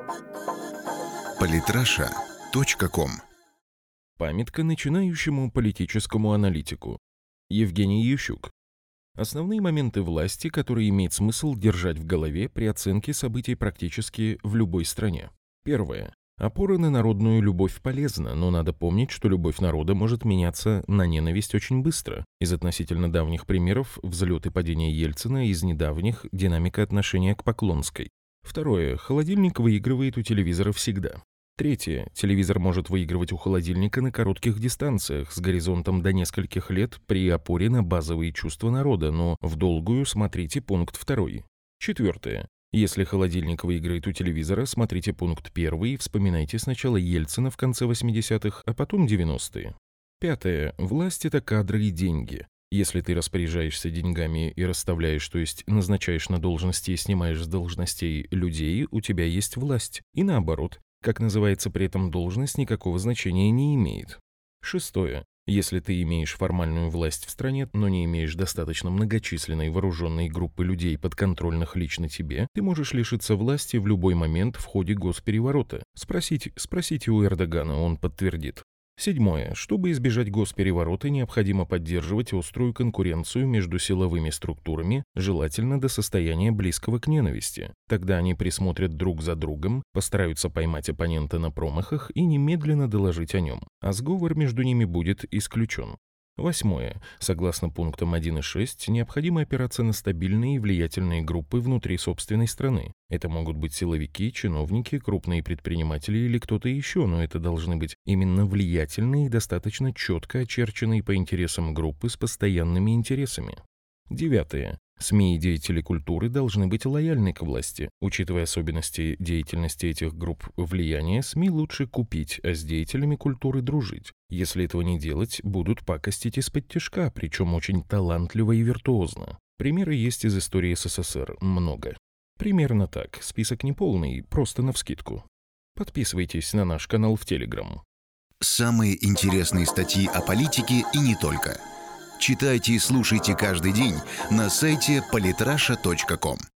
Политраша.ком. Памятка начинающему политическому аналитику. Евгений Ющук. Основные моменты власти, которые имеет смысл держать в голове при оценке событий практически в любой стране. Первое. Опора на народную любовь полезна, но надо помнить, что любовь народа может меняться на ненависть очень быстро. Из относительно давних примеров взлет и падение Ельцина, из недавних динамика отношения к Поклонской. Второе. Холодильник выигрывает у телевизора всегда. Третье. Телевизор может выигрывать у холодильника на коротких дистанциях с горизонтом до нескольких лет при опоре на базовые чувства народа, но в долгую смотрите пункт 2. Четвертое. Если холодильник выиграет у телевизора, смотрите пункт 1 и вспоминайте сначала Ельцина в конце 80-х, а потом 90-е. Пятое. Власть – это кадры и деньги. Если ты распоряжаешься деньгами и расставляешь, то есть назначаешь на должности и снимаешь с должностей людей, у тебя есть власть. И наоборот, как называется при этом должность, никакого значения не имеет. Шестое. Если ты имеешь формальную власть в стране, но не имеешь достаточно многочисленной вооруженной группы людей, подконтрольных лично тебе, ты можешь лишиться власти в любой момент в ходе госпереворота. Спросите у Эрдогана, он подтвердит. Седьмое. Чтобы избежать госпереворота, необходимо поддерживать острую конкуренцию между силовыми структурами, желательно до состояния близкого к ненависти. Тогда они присмотрят друг за другом, постараются поймать оппонента на промахах и немедленно доложить о нем, а сговор между ними будет исключен. Восьмое. Согласно пунктам 1 и 6, необходимо опираться на стабильные и влиятельные группы внутри собственной страны. Это могут быть силовики, чиновники, крупные предприниматели или кто-то еще, но это должны быть именно влиятельные и достаточно четко очерченные по интересам группы с постоянными интересами. Девятое. СМИ и деятели культуры должны быть лояльны к власти. Учитывая особенности деятельности этих групп влияния, СМИ лучше купить, а с деятелями культуры дружить. Если этого не делать, будут пакостить из-под-тишка, причем очень талантливо и виртуозно. Примеры есть из истории СССР, много. Примерно так, список неполный, просто навскидку. Подписывайтесь на наш канал в Telegram. Самые интересные статьи о политике и не только. Читайте и слушайте каждый день на сайте politrasha.com.